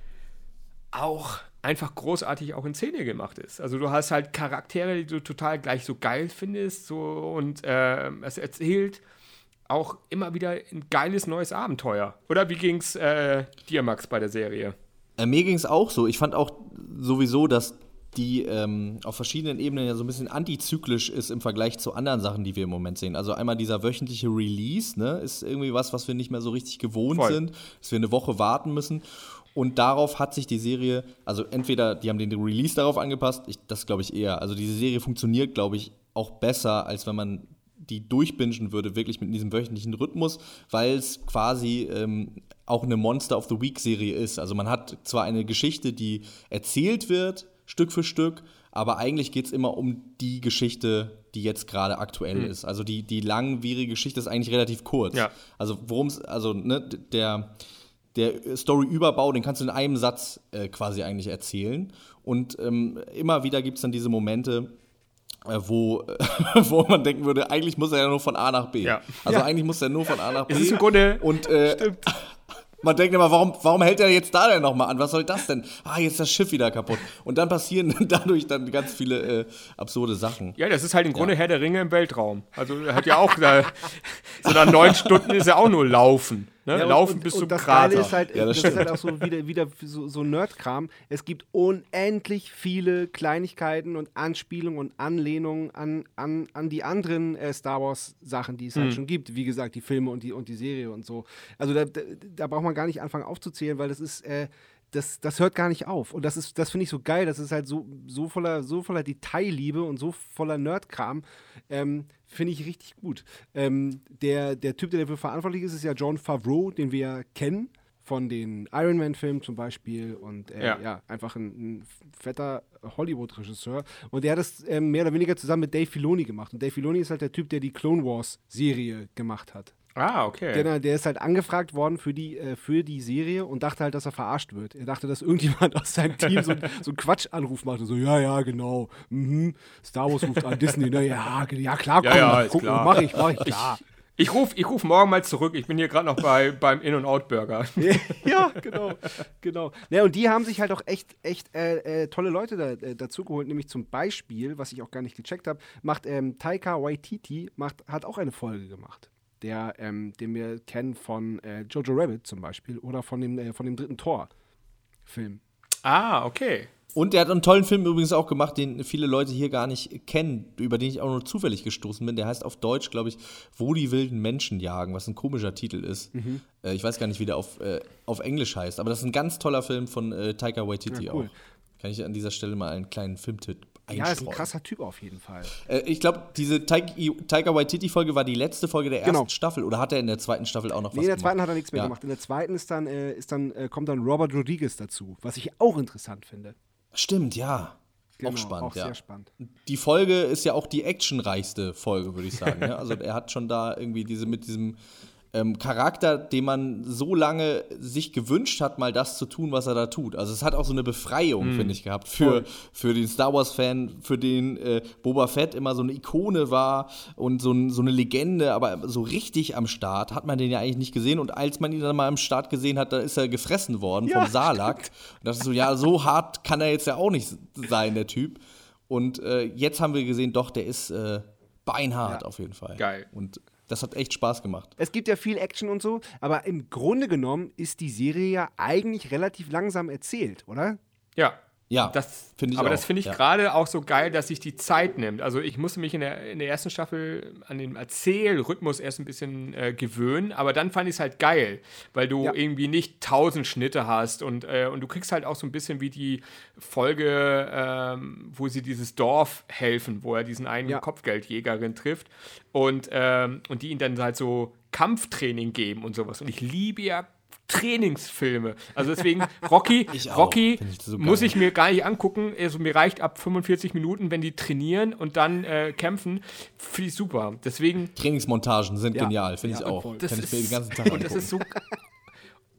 auch einfach großartig auch in Szene gemacht ist. Also du hast halt Charaktere, die du total gleich so geil findest, so, und äh, es erzählt auch immer wieder ein geiles neues Abenteuer. Oder wie ging's äh, dir, Max, bei der Serie? Äh, mir ging's auch so. Ich fand auch sowieso, dass die ähm, auf verschiedenen Ebenen ja so ein bisschen antizyklisch ist im Vergleich zu anderen Sachen, die wir im Moment sehen. Also einmal dieser wöchentliche Release, ne, ist irgendwie was, was wir nicht mehr so richtig gewohnt Voll. sind, dass wir eine Woche warten müssen. Und darauf hat sich die Serie, also entweder die haben den Release darauf angepasst, ich, das glaube ich eher. Also diese Serie funktioniert, glaube ich, auch besser, als wenn man die durchbingen würde, wirklich mit diesem wöchentlichen Rhythmus, weil es quasi ähm, auch eine Monster of the Week-Serie ist. Also man hat zwar eine Geschichte, die erzählt wird, Stück für Stück, aber eigentlich geht es immer um die Geschichte, die jetzt gerade aktuell mhm. ist. Also die, die langwierige Geschichte ist eigentlich relativ kurz. Ja. Also worum es, also ne, der, der Story-Überbau, den kannst du in einem Satz äh, quasi eigentlich erzählen. Und ähm, immer wieder gibt es dann diese Momente, äh, wo, wo man denken würde, eigentlich muss er ja nur von A nach B. Ja. Also ja. eigentlich muss er nur von A nach B. Es ist im Grunde, und äh, stimmt. Man denkt immer, warum, warum hält er jetzt da denn nochmal an? Was soll das denn? Ah, jetzt ist das Schiff wieder kaputt. Und dann passieren dadurch dann ganz viele äh, absurde Sachen. Ja, das ist halt im Grunde ja. Herr der Ringe im Weltraum. Also er hat ja auch, da, so nach neun Stunden ist er auch nur Laufen. Ne? Ja, Laufen und, bis und zum das Krater. Geile ist halt, ja, das, das ist halt auch so wieder, wieder so, so Nerd-Kram. Es gibt unendlich viele Kleinigkeiten und Anspielungen und Anlehnungen an, an, an die anderen äh, Star Wars-Sachen, die es halt hm. schon gibt. Wie gesagt, die Filme und die, und die Serie und so. Also da, da, da braucht man gar nicht anfangen aufzuzählen, weil das ist äh, Das, das hört gar nicht auf. Und das ist, das finde ich so geil. Das ist halt so, so, voller, so voller Detailliebe und so voller Nerdkram. Ähm, finde ich richtig gut. Ähm, der, der Typ, der dafür verantwortlich ist, ist ja Jon Favreau, den wir ja kennen. Von den Iron Man-Filmen zum Beispiel. Und äh, ja. ja, einfach ein, ein fetter Hollywood-Regisseur. Und der hat das ähm, mehr oder weniger zusammen mit Dave Filoni gemacht. Und Dave Filoni ist halt der Typ, der die Clone Wars-Serie gemacht hat. Ah, okay. Der, der ist halt angefragt worden für die, äh, für die Serie und dachte halt, dass er verarscht wird. Er dachte, dass irgendjemand aus seinem Team so, so einen Quatschanruf machte. So, ja, ja, genau. Mhm. Star Wars ruft an Disney. Na, ja, ja, klar, komm, ja, ja, guck, klar. mach ich, mach ich, klar. Ich, ich rufe ich ruf morgen mal zurück. Ich bin hier gerade noch bei, beim In-N-Out-Burger. Ja, genau, genau. Ja, und die haben sich halt auch echt, echt äh, äh, tolle Leute da, äh, dazu geholt. Nämlich zum Beispiel, was ich auch gar nicht gecheckt habe, macht ähm, Taika Waititi, macht, hat auch eine Folge gemacht. Der, ähm, den wir kennen von äh, Jojo Rabbit zum Beispiel oder von dem, äh, von dem dritten Tor-Film. Ah, okay. Und er hat einen tollen Film übrigens auch gemacht, den viele Leute hier gar nicht kennen, über den ich auch nur zufällig gestoßen bin. Der heißt auf Deutsch, glaube ich, Wo die wilden Menschen jagen, was ein komischer Titel ist. Mhm. Äh, ich weiß gar nicht, wie der auf, äh, auf Englisch heißt, aber das ist ein ganz toller Film von äh, Taika Waititi ja, cool. auch. Kann ich an dieser Stelle mal einen kleinen Filmtipp einstreuen. Ja, ist ein krasser Typ auf jeden Fall. Äh, ich glaube, diese Taika Waititi-Folge war die letzte Folge der ersten genau. Staffel. Oder hat er in der zweiten Staffel auch noch nee, was gemacht? Nee, in der zweiten hat er nichts mehr ja. gemacht. In der zweiten ist dann, äh, ist dann, äh, kommt dann Robert Rodriguez dazu, was ich auch interessant finde. Stimmt, ja. Genau, auch spannend, auch ja. sehr spannend. Die Folge ist ja auch die actionreichste Folge, würde ich sagen. Ja? Also er hat schon da irgendwie diese mit diesem ähm, Charakter, den man so lange sich gewünscht hat, mal das zu tun, was er da tut. Also es hat auch so eine Befreiung, mm. finde ich, gehabt für, für den Star Wars-Fan, für den äh, Boba Fett immer so eine Ikone war und so, ein, so eine Legende, aber so richtig am Start hat man den ja eigentlich nicht gesehen. Und als man ihn dann mal am Start gesehen hat, da ist er gefressen worden ja, vom Sarlacc. Und das ist so, ja, so hart kann er jetzt ja auch nicht sein, der Typ. Und äh, jetzt haben wir gesehen, doch, der ist äh, beinhart ja. auf jeden Fall. Geil. Und das hat echt Spaß gemacht. Es gibt ja viel Action und so, aber im Grunde genommen ist die Serie ja eigentlich relativ langsam erzählt, oder? Ja. Ja, das finde ich aber auch. das finde ich ja. gerade auch so geil, dass sich die Zeit nimmt. Also ich musste mich in der, in der ersten Staffel an den Erzählrhythmus erst ein bisschen äh, gewöhnen, aber dann fand ich es halt geil, weil du ja. irgendwie nicht tausend Schnitte hast und, äh, und du kriegst halt auch so ein bisschen wie die Folge, ähm, wo sie dieses Dorf helfen, wo er diesen einen ja. Kopfgeldjägerin trifft und, ähm, und die ihm dann halt so Kampftraining geben und sowas. Und ich liebe ja Trainingsfilme. Also deswegen, Rocky, ich Rocky ich so muss ich mir gar nicht angucken. Also mir reicht ab fünfundvierzig Minuten, wenn die trainieren und dann äh, kämpfen, finde ich super. Deswegen Trainingsmontagen sind ja. genial, finde ja, ich auch. Das Kann ist, ich mir den ganzen Tag und das ist so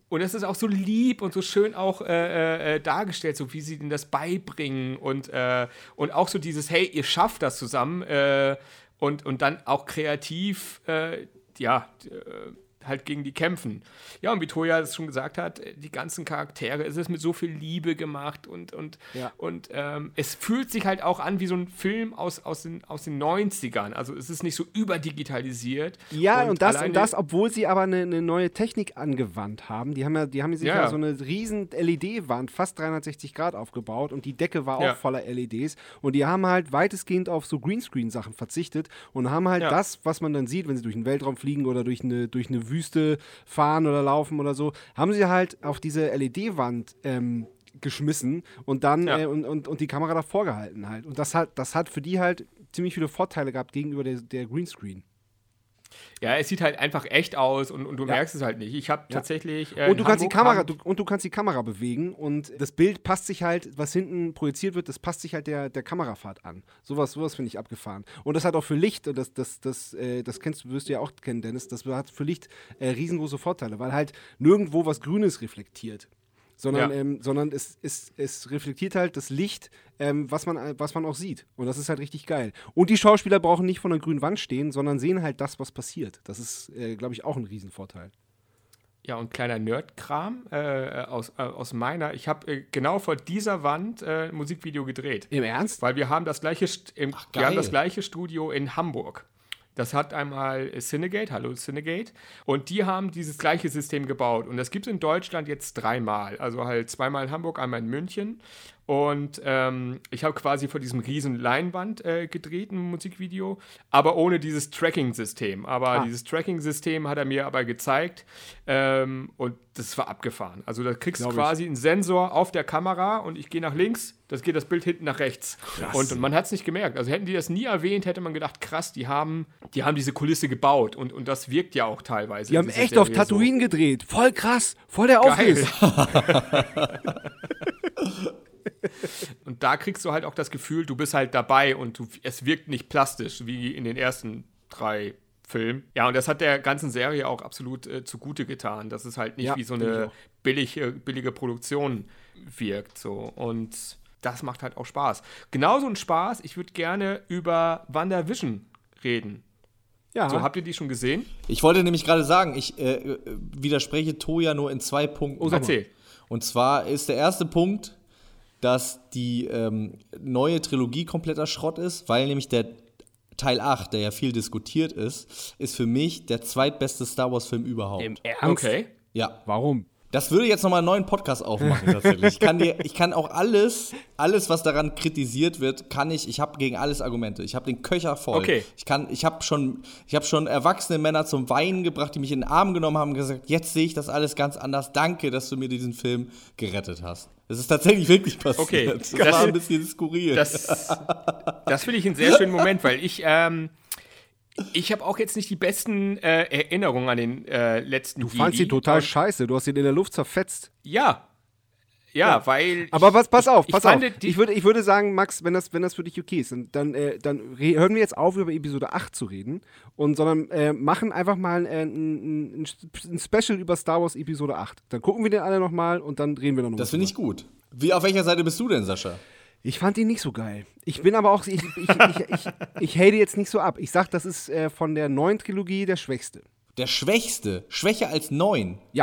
Und es ist auch so lieb und so schön auch äh, äh, dargestellt, so wie sie ihnen das beibringen und, äh, und auch so dieses, hey, ihr schafft das zusammen äh, und, und dann auch kreativ, äh, ja, äh, halt gegen die kämpfen. Ja, und wie Toya es schon gesagt hat, die ganzen Charaktere, es ist mit so viel Liebe gemacht und, und, ja. und ähm, es fühlt sich halt auch an wie so ein Film aus, aus, den, aus den neunzigern. Also es ist nicht so überdigitalisiert. Ja, und, und, das, alleine, und das, obwohl sie aber eine, eine neue Technik angewandt haben. Die haben ja, die haben sich ja, ja so eine riesen L E D-Wand, fast dreihundertsechzig Grad aufgebaut und die Decke war auch ja. voller L E Ds. Und die haben halt weitestgehend auf so Greenscreen-Sachen verzichtet und haben halt ja. das, was man dann sieht, wenn sie durch den Weltraum fliegen oder durch eine, durch eine Wüste fahren oder laufen oder so, haben sie halt auf diese L E D-Wand ähm, geschmissen und dann ja. äh, und, und, und die Kamera davor gehalten halt. Und das hat, das hat für die halt ziemlich viele Vorteile gehabt gegenüber der, der Greenscreen. Ja, es sieht halt einfach echt aus und, und du ja. merkst es halt nicht. Ich habe ja. tatsächlich äh, und du kannst die Kamera du, und du kannst die Kamera bewegen und das Bild passt sich halt, was hinten projiziert wird, das passt sich halt der, der Kamerafahrt an. Sowas, sowas finde ich abgefahren. Und das hat auch für Licht, und das, das, das, äh, das kennst du, wirst du ja auch kennen, Dennis, das hat für Licht äh, riesengroße Vorteile, weil halt nirgendwo was Grünes reflektiert. Sondern, ja. ähm, sondern es, es, es reflektiert halt das Licht, ähm, was, man, was man auch sieht. Und das ist halt richtig geil. Und die Schauspieler brauchen nicht vor einer grünen Wand stehen, sondern sehen halt das, was passiert. Das ist, äh, glaube ich, auch ein Riesenvorteil. Ja, und kleiner Nerdkram äh, aus, äh, aus meiner. Ich habe äh, genau vor dieser Wand äh, ein Musikvideo gedreht. Im Ernst? Weil wir haben das gleiche, St- im, Ach, wir haben das gleiche Studio in Hamburg. Das hat einmal Cinegate, hallo Cinegate, und die haben dieses gleiche System gebaut. Und das gibt es in Deutschland jetzt dreimal. Also halt zweimal in Hamburg, einmal in München. Und ähm, ich habe quasi vor diesem riesen Leinwand äh, gedreht, ein Musikvideo, aber ohne dieses Tracking-System. Aber ah. dieses Tracking-System hat er mir aber gezeigt ähm, und das war abgefahren. Also da kriegst du quasi einen Sensor auf der Kamera und ich gehe nach links, das geht das Bild hinten nach rechts. Und, und man hat es nicht gemerkt. Also hätten die das nie erwähnt, hätte man gedacht, krass, die haben, die haben diese Kulisse gebaut und, und das wirkt ja auch teilweise. Die haben echt Serie auf Tatooine so. gedreht. Voll krass, voll der Aufriss. Und da kriegst du halt auch das Gefühl, du bist halt dabei und du, es wirkt nicht plastisch, wie in den ersten drei Filmen. Ja, und das hat der ganzen Serie auch absolut äh, zugute getan, dass es halt nicht ja, wie so eine billige, billige Produktion wirkt. So. Und das macht halt auch Spaß. Genauso ein Spaß, ich würde gerne über WandaVision reden. Ja. So, habt ihr die schon gesehen? Ich wollte nämlich gerade sagen, ich äh, widerspreche Toya nur in zwei Punkten. Oh, erzähl. Und zwar ist der erste Punkt, dass die ähm, neue Trilogie kompletter Schrott ist, weil nämlich der Teil acht, der ja viel diskutiert ist, ist für mich der zweitbeste Star Wars-Film überhaupt. Im Ernst? Okay. Ja. Warum? Das würde jetzt nochmal einen neuen Podcast aufmachen, tatsächlich. Ich kann, dir, ich kann auch alles, alles, was daran kritisiert wird, kann ich, ich habe gegen alles Argumente. Ich habe den Köcher voll. Okay. Ich kann, ich habe schon, ich habe schon erwachsene Männer zum Weinen gebracht, die mich in den Arm genommen haben und gesagt, jetzt sehe ich das alles ganz anders. Danke, dass du mir diesen Film gerettet hast. Das ist tatsächlich wirklich passiert. Okay. Das, das war ein bisschen skurril. Das, das finde ich einen sehr schönen Moment, weil ich, ähm, ich habe auch jetzt nicht die besten äh, Erinnerungen an den äh, letzten Du fandst ihn total scheiße, du hast ihn in der Luft zerfetzt. Ja. Ja, ja. weil. Aber was, pass auf, ich, pass ich auf. Ich würde, ich würde sagen, Max, wenn das, wenn das für dich okay ist, dann, äh, dann re- hören wir jetzt auf, über Episode acht zu reden, und sondern äh, machen einfach mal äh, ein, ein, ein Special über Star Wars Episode acht. Dann gucken wir den alle nochmal und dann reden wir noch mal. Das finde ich gut. Wie, auf welcher Seite bist du denn, Sascha? Ich fand ihn nicht so geil. Ich bin aber auch, ich, ich, ich, ich, ich, ich hate jetzt nicht so ab. Ich sag, das ist äh, von der neuen Trilogie der schwächste. Der schwächste? Schwächer als neun? Ja.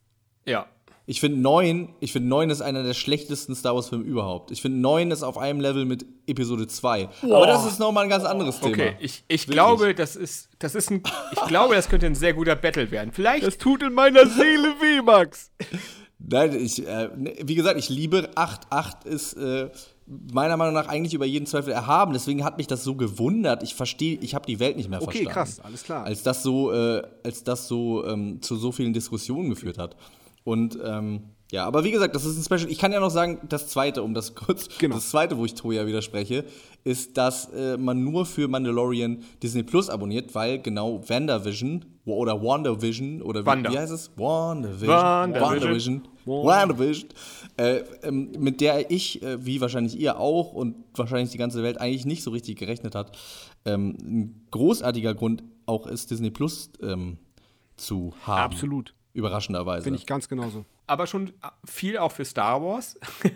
Ja. Ich finde neun, ich finde neun ist einer der schlechtesten Star Wars Filme überhaupt. Ich finde neun ist auf einem Level mit Episode zwei. Wow. Aber das ist nochmal ein ganz anderes Thema. Okay, ich, ich glaube, das ist, das ist ein, ich glaube, das könnte ein sehr guter Battle werden. Vielleicht. Das tut in meiner Seele weh, Max. Nein, ich, äh, wie gesagt, ich liebe acht. acht ist äh, meiner Meinung nach eigentlich über jeden Zweifel erhaben. Deswegen hat mich das so gewundert. Ich verstehe, ich habe die Welt nicht mehr okay, verstanden. Okay, krass, alles klar. Als das so, äh, als das so ähm, zu so vielen Diskussionen geführt hat. Und ähm, ja, aber wie gesagt, das ist ein Special. Ich kann ja noch sagen, das zweite, um das kurz, genau. das zweite, wo ich Toya widerspreche, ist, dass äh, man nur für Mandalorian Disney Plus abonniert, weil genau WandaVision oder WandaVision oder Wanda. wie, wie heißt es? WandaVision. WandaVision. WandaVision. Äh, ähm, mit der ich, äh, wie wahrscheinlich ihr auch und wahrscheinlich die ganze Welt eigentlich nicht so richtig gerechnet hat, ähm, ein großartiger Grund auch ist, Disney Plus ähm, zu haben. Absolut. Überraschenderweise. Finde ich ganz genauso. Aber schon viel auch für Star Wars.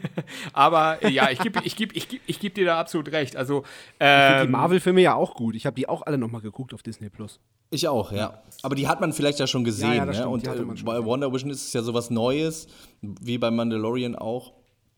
Aber äh, ja, ich gebe ich geb, ich geb, ich geb dir da absolut recht. Also, ähm, ich finde die Marvel-Filme ja auch gut. Ich habe die auch alle nochmal geguckt auf Disney Plus. Ich auch, ja. Aber die hat man vielleicht ja schon gesehen. Ja, ja, das ne? stimmt, Und die hatte äh, man schon bei gesehen. Wonder Vision ist es ja sowas Neues, wie bei Mandalorian auch.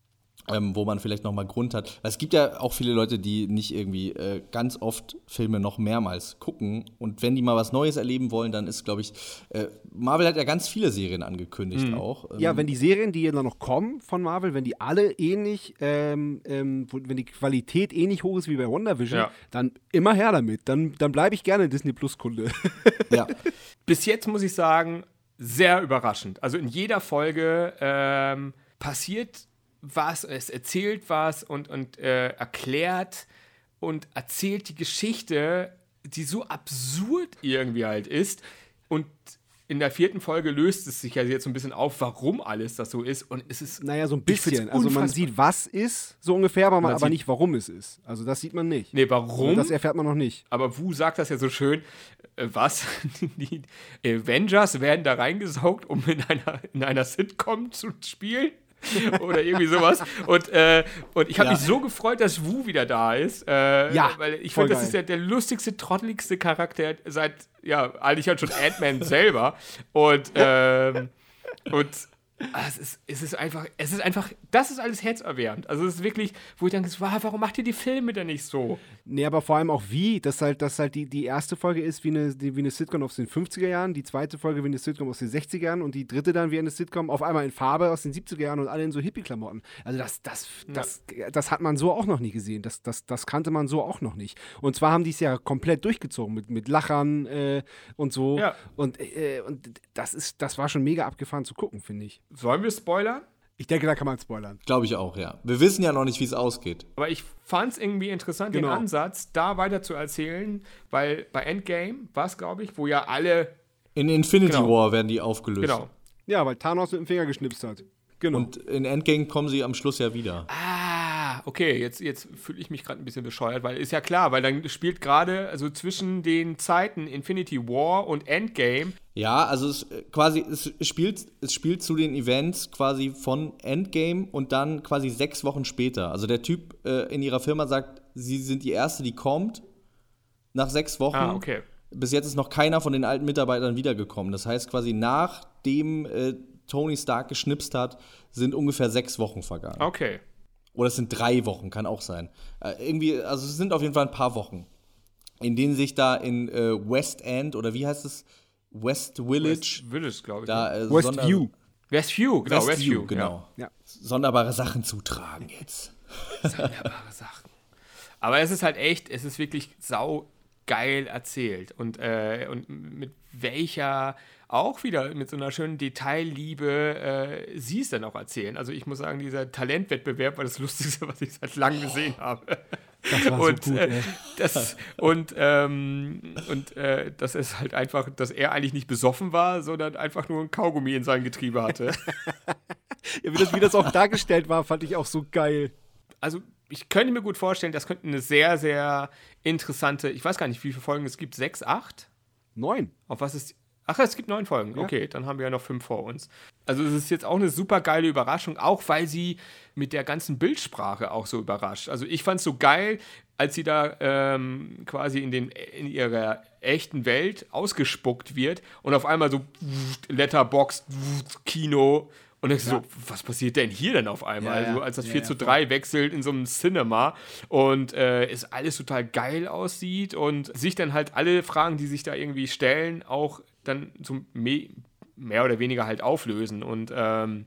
Ähm, wo man vielleicht nochmal Grund hat. Es gibt ja auch viele Leute, die nicht irgendwie äh, ganz oft Filme noch mehrmals gucken. Und wenn die mal was Neues erleben wollen, dann ist, glaube ich, äh, Marvel hat ja ganz viele Serien angekündigt Mhm. auch. Ähm, Ja, wenn die Serien, die jetzt noch kommen von Marvel, wenn die alle ähnlich, ähm, ähm, wo- wenn die Qualität ähnlich hoch ist wie bei WandaVision, Ja. dann immer her damit. Dann, dann bleibe ich gerne Disney Plus-Kunde. ja. bis jetzt muss ich sagen, sehr überraschend. Also in jeder Folge ähm, passiert was, es erzählt was und, und äh, erklärt und erzählt die Geschichte, die so absurd irgendwie halt ist. Und in der vierten Folge löst es sich ja jetzt so ein bisschen auf, warum alles das so ist. Und es ist. Naja, so ein ich find's bisschen. Also man unfassbar- sieht, was ist, so ungefähr, aber, man, Man aber sieht- nicht, warum es ist. Also das sieht man nicht. Nee, warum? Das erfährt man noch nicht. Aber Wu sagt das ja so schön. Äh, was? Die Avengers werden da reingesaugt, um in einer, in einer Sitcom zu spielen? Oder irgendwie sowas. Und, äh, und ich habe Ja. mich so gefreut, dass Wu wieder da ist. Äh, Ja, weil ich voll finde, das geil. ist der, der lustigste, trotteligste Charakter seit, ja, eigentlich halt schon Ant-Man selber. Und, ähm, und ah, es ist, es ist einfach, es ist einfach, das ist alles herzerwärmend. Also es ist wirklich, wo ich denke, wow, warum macht ihr die Filme denn nicht so? Nee, aber vor allem auch wie, dass halt, dass halt die, die erste Folge ist wie eine, die, wie eine Sitcom aus den fünfziger Jahren, die zweite Folge wie eine Sitcom aus den sechziger Jahren und die dritte dann wie eine Sitcom auf einmal in Farbe aus den siebziger Jahren und alle in so Hippie-Klamotten. Also das, das, das, das hat man so auch noch nie gesehen. Das, das, das kannte man so auch noch nicht. Und zwar haben die es ja komplett durchgezogen mit, mit Lachern äh, und so. Ja. Und, äh, und das ist, das war schon mega abgefahren zu gucken, finde ich. Sollen wir spoilern? Ich denke, da kann man spoilern. Glaube ich auch, ja. Wir wissen ja noch nicht, wie es ausgeht. Aber ich fand es irgendwie interessant, Genau. den Ansatz, da weiter zu erzählen, weil bei Endgame war es, glaube ich, wo ja alle. In Infinity Genau. War werden die aufgelöst. Genau. Ja, weil Thanos mit dem Finger geschnipst hat. Genau. Und in Endgame kommen sie am Schluss ja wieder. Ah, okay, jetzt, jetzt fühle ich mich gerade ein bisschen bescheuert, weil ist ja klar, weil dann spielt gerade, also zwischen den Zeiten Infinity War und Endgame. Ja, also es äh, quasi, es spielt, es spielt zu den Events quasi von Endgame und dann quasi sechs Wochen später. Also der Typ äh, in ihrer Firma sagt, sie sind die Erste, die kommt, nach sechs Wochen. Ah, okay. Bis jetzt ist noch keiner von den alten Mitarbeitern wiedergekommen. Das heißt quasi, nachdem äh, Tony Stark geschnipst hat, sind ungefähr sechs Wochen vergangen. Okay. Oder es sind drei Wochen, kann auch sein. Äh, irgendwie, also es sind auf jeden Fall ein paar Wochen, in denen sich da in äh, West End, oder wie heißt es? West Village. West Village, glaube ich. Da, äh, Westview. Sonder- Westview, genau, Westview, Westview. genau. Ja. Sonderbare Sachen zutragen jetzt. Ja. Sonderbare Sachen. Aber es ist halt echt, es ist wirklich sau geil erzählt. Und, äh, und mit welcher, auch wieder mit so einer schönen Detailliebe, äh, sie es dann auch erzählen. Also ich muss sagen, dieser Talentwettbewerb war das Lustigste, was ich seit langem gesehen habe. Das war und so gut, äh, ey. das und ähm, und äh, das ist halt einfach, dass er eigentlich nicht besoffen war, sondern einfach nur ein Kaugummi in seinem Getriebe hatte. Ja, wie, das, wie das auch dargestellt war, fand ich auch so geil. Also ich könnte mir gut vorstellen, das könnte eine sehr, sehr interessante, ich weiß gar nicht, wie viele Folgen es gibt, sechs, acht? Neun. Auf was ist, ach, es gibt neun Folgen, Ja. okay, dann haben wir ja noch fünf vor uns. Also es ist jetzt auch eine super geile Überraschung, auch weil sie mit der ganzen Bildsprache auch so überrascht. Also ich fand es so geil, als sie da ähm, quasi in, den, in ihrer echten Welt ausgespuckt wird und auf einmal so Letterboxd, Kino. Und dann so, was passiert denn hier denn auf einmal? Ja, ja. Also, als das Ja, vier ja, zu voll. drei wechselt in so einem Cinema und äh, es alles total geil aussieht und sich dann halt alle Fragen, die sich da irgendwie stellen, auch dann so me- mehr oder weniger halt auflösen. Und, ähm,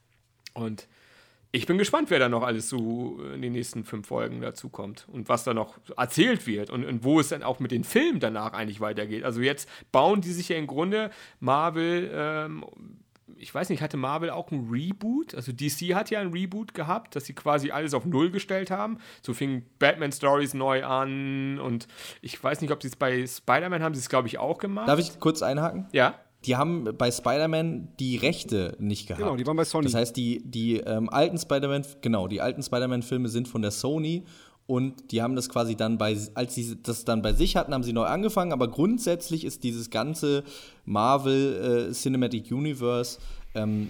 und ich bin gespannt, wer da noch alles so in den nächsten fünf Folgen dazu kommt und was da noch erzählt wird und, und wo es dann auch mit den Filmen danach eigentlich weitergeht. Also jetzt bauen die sich ja im Grunde Marvel, ähm, ich weiß nicht, hatte Marvel auch ein Reboot? Also D C hat ja ein Reboot gehabt, dass sie quasi alles auf Null gestellt haben. So fingen Batman-Stories neu an und ich weiß nicht, ob sie es bei Spider-Man haben, sie es glaube ich auch gemacht. Darf ich kurz einhaken? Ja. Die haben bei Spider-Man die Rechte nicht gehabt. Genau, die waren bei Sony. Das heißt, die, die ähm, alten Spider-Man, genau, die alten Spider-Man-Filme sind von der Sony Und die haben das quasi dann bei, als sie das dann bei sich hatten, haben sie neu angefangen. Aber grundsätzlich ist dieses ganze Marvel äh, Cinematic Universe, ähm,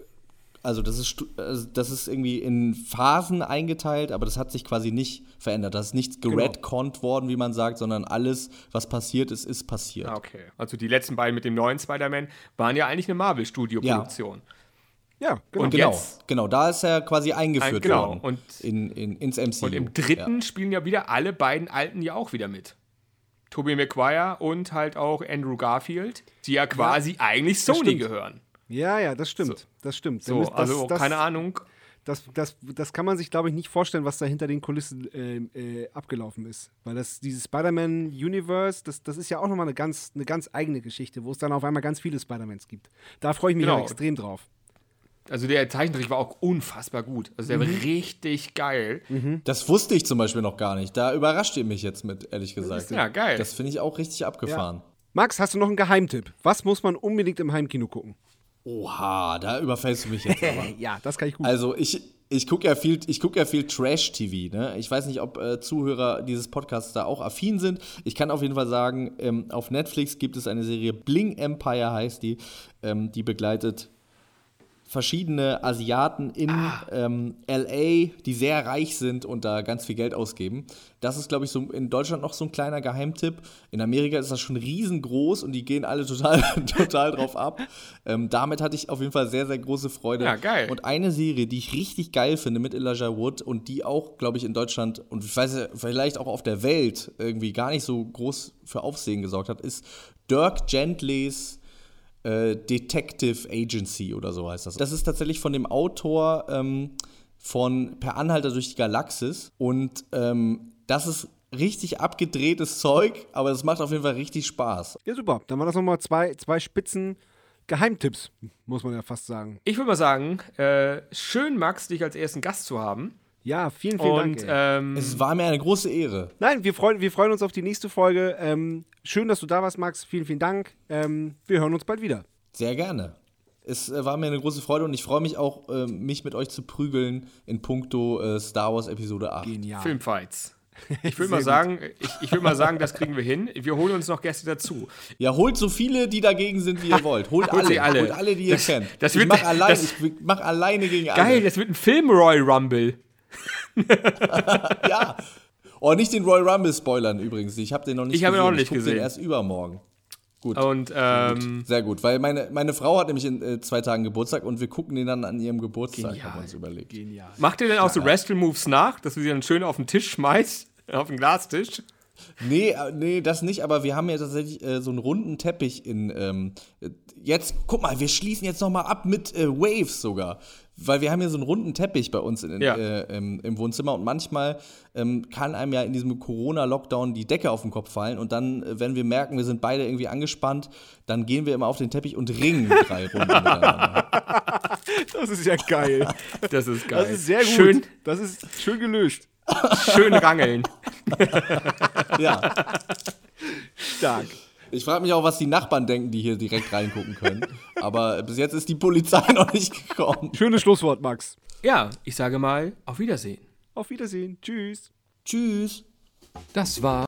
also das ist, also das ist irgendwie in Phasen eingeteilt, aber das hat sich quasi nicht verändert. Das ist nichts geredconnt genau. worden, wie man sagt, sondern alles, was passiert ist, ist passiert. Ah, okay. Also die letzten beiden mit dem neuen Spider-Man waren ja eigentlich eine Marvel-Studio-Produktion. Ja. Ja, genau. Und genau, jetzt, genau, da ist er quasi eingeführt ein, genau. worden und, in, in, ins M C U. Und im dritten ja. spielen ja wieder alle beiden Alten ja auch wieder mit. Tobey Maguire und halt auch Andrew Garfield, die ja quasi ja, eigentlich Sony gehören. Ja, ja, das stimmt, so. das stimmt. So, das, also das, keine Ahnung. Das, das, das kann man sich, glaube ich, nicht vorstellen, was da hinter den Kulissen äh, äh, abgelaufen ist. Weil das, dieses Spider-Man-Universe, das, das ist ja auch nochmal eine ganz, eine ganz eigene Geschichte, wo es dann auf einmal ganz viele Spider-Mans gibt. Da freue ich mich genau. auch extrem drauf. Also der Zeichentrick war auch unfassbar gut. Also der mhm. war richtig geil. Mhm. Das wusste ich zum Beispiel noch gar nicht. Da überrascht ihr mich jetzt mit, ehrlich gesagt. Ja, geil. Das finde ich auch richtig abgefahren. Ja. Max, hast du noch einen Geheimtipp? Was muss man unbedingt im Heimkino gucken? Oha, da überfällst du mich jetzt aber. Ja, das kann ich gut. Also ich, ich gucke ja viel, ich guck ja viel Trash-T V. Ne? Ich weiß nicht, ob äh, Zuhörer dieses Podcasts da auch affin sind. Ich kann auf jeden Fall sagen, ähm, auf Netflix gibt es eine Serie, Bling Empire heißt die. Ähm, die begleitet verschiedene Asiaten in ah. ähm, L A, die sehr reich sind und da ganz viel Geld ausgeben. Das ist, glaube ich, so in Deutschland noch so ein kleiner Geheimtipp. In Amerika ist das schon riesengroß und die gehen alle total, total drauf ab. Ähm, damit hatte ich auf jeden Fall sehr, sehr große Freude. Ja, geil. Und eine Serie, die ich richtig geil finde mit Elijah Wood und die auch, glaube ich, in Deutschland und ich weiß vielleicht auch auf der Welt irgendwie gar nicht so groß für Aufsehen gesorgt hat, ist Dirk Gentlys Äh, Detective Agency oder so heißt das. Das ist tatsächlich von dem Autor ähm, von Per Anhalter durch die Galaxis und ähm, das ist richtig abgedrehtes Zeug, aber das macht auf jeden Fall richtig Spaß. Ja, super. Dann waren das nochmal zwei, zwei Spitzen Geheimtipps, muss man ja fast sagen. Ich würde mal sagen, äh, schön, Max, dich als ersten Gast zu haben. Ja, vielen, vielen und, Dank. Ähm, es war mir eine große Ehre. Nein, wir freuen, wir freuen uns auf die nächste Folge. Ähm, schön, dass du da warst, Max. Vielen, vielen Dank. Ähm, wir hören uns bald wieder. Sehr gerne. Es äh, war mir eine große Freude und ich freue mich auch, äh, mich mit euch zu prügeln in puncto äh, Star Wars Episode acht. Genial. Filmfights. Ich würde mal sagen, ich, ich würde mal sagen, das kriegen wir hin. Wir holen uns noch Gäste dazu. Ja, holt so viele, die dagegen sind, wie ihr wollt. Holt, holt alle, alle. Holt alle, die ihr das, kennt. Das ich wird, mach allein, das, ich mach alleine gegen geil, alle. Geil, das wird ein Film Royal Rumble. Ja. Oh, nicht den Royal Rumble spoilern übrigens. Ich habe den noch nicht ich gesehen. Ich habe ihn auch nicht ich gesehen. Den erst übermorgen. Gut. Und, ähm, gut. Sehr gut, weil meine, meine Frau hat nämlich in äh, zwei Tagen Geburtstag und wir gucken den dann an ihrem Geburtstag, Genial. haben wir uns überlegt. Genial. Macht ihr denn auch so Wrestle-Moves nach, dass du sie dann schön auf den Tisch schmeißt? Auf den Glastisch? Nee, nee, das nicht, aber wir haben ja tatsächlich äh, so einen runden Teppich in, ähm, jetzt, guck mal, wir schließen jetzt nochmal ab mit äh, Waves sogar, weil wir haben hier so einen runden Teppich bei uns in, ja. äh, im, im Wohnzimmer und manchmal ähm, kann einem ja in diesem Corona-Lockdown die Decke auf den Kopf fallen und dann, äh, wenn wir merken, wir sind beide irgendwie angespannt, dann gehen wir immer auf den Teppich und ringen drei Runden miteinander. Das ist ja geil. Das ist geil. Das ist sehr gut. Schön. Das ist schön gelöst. Schön rangeln. Ja. Stark. Ich frage mich auch, was die Nachbarn denken, die hier direkt reingucken können. Aber bis jetzt ist die Polizei noch nicht gekommen. Schönes Schlusswort, Max. Ja, ich sage mal, auf Wiedersehen. Auf Wiedersehen. Tschüss. Tschüss. Das war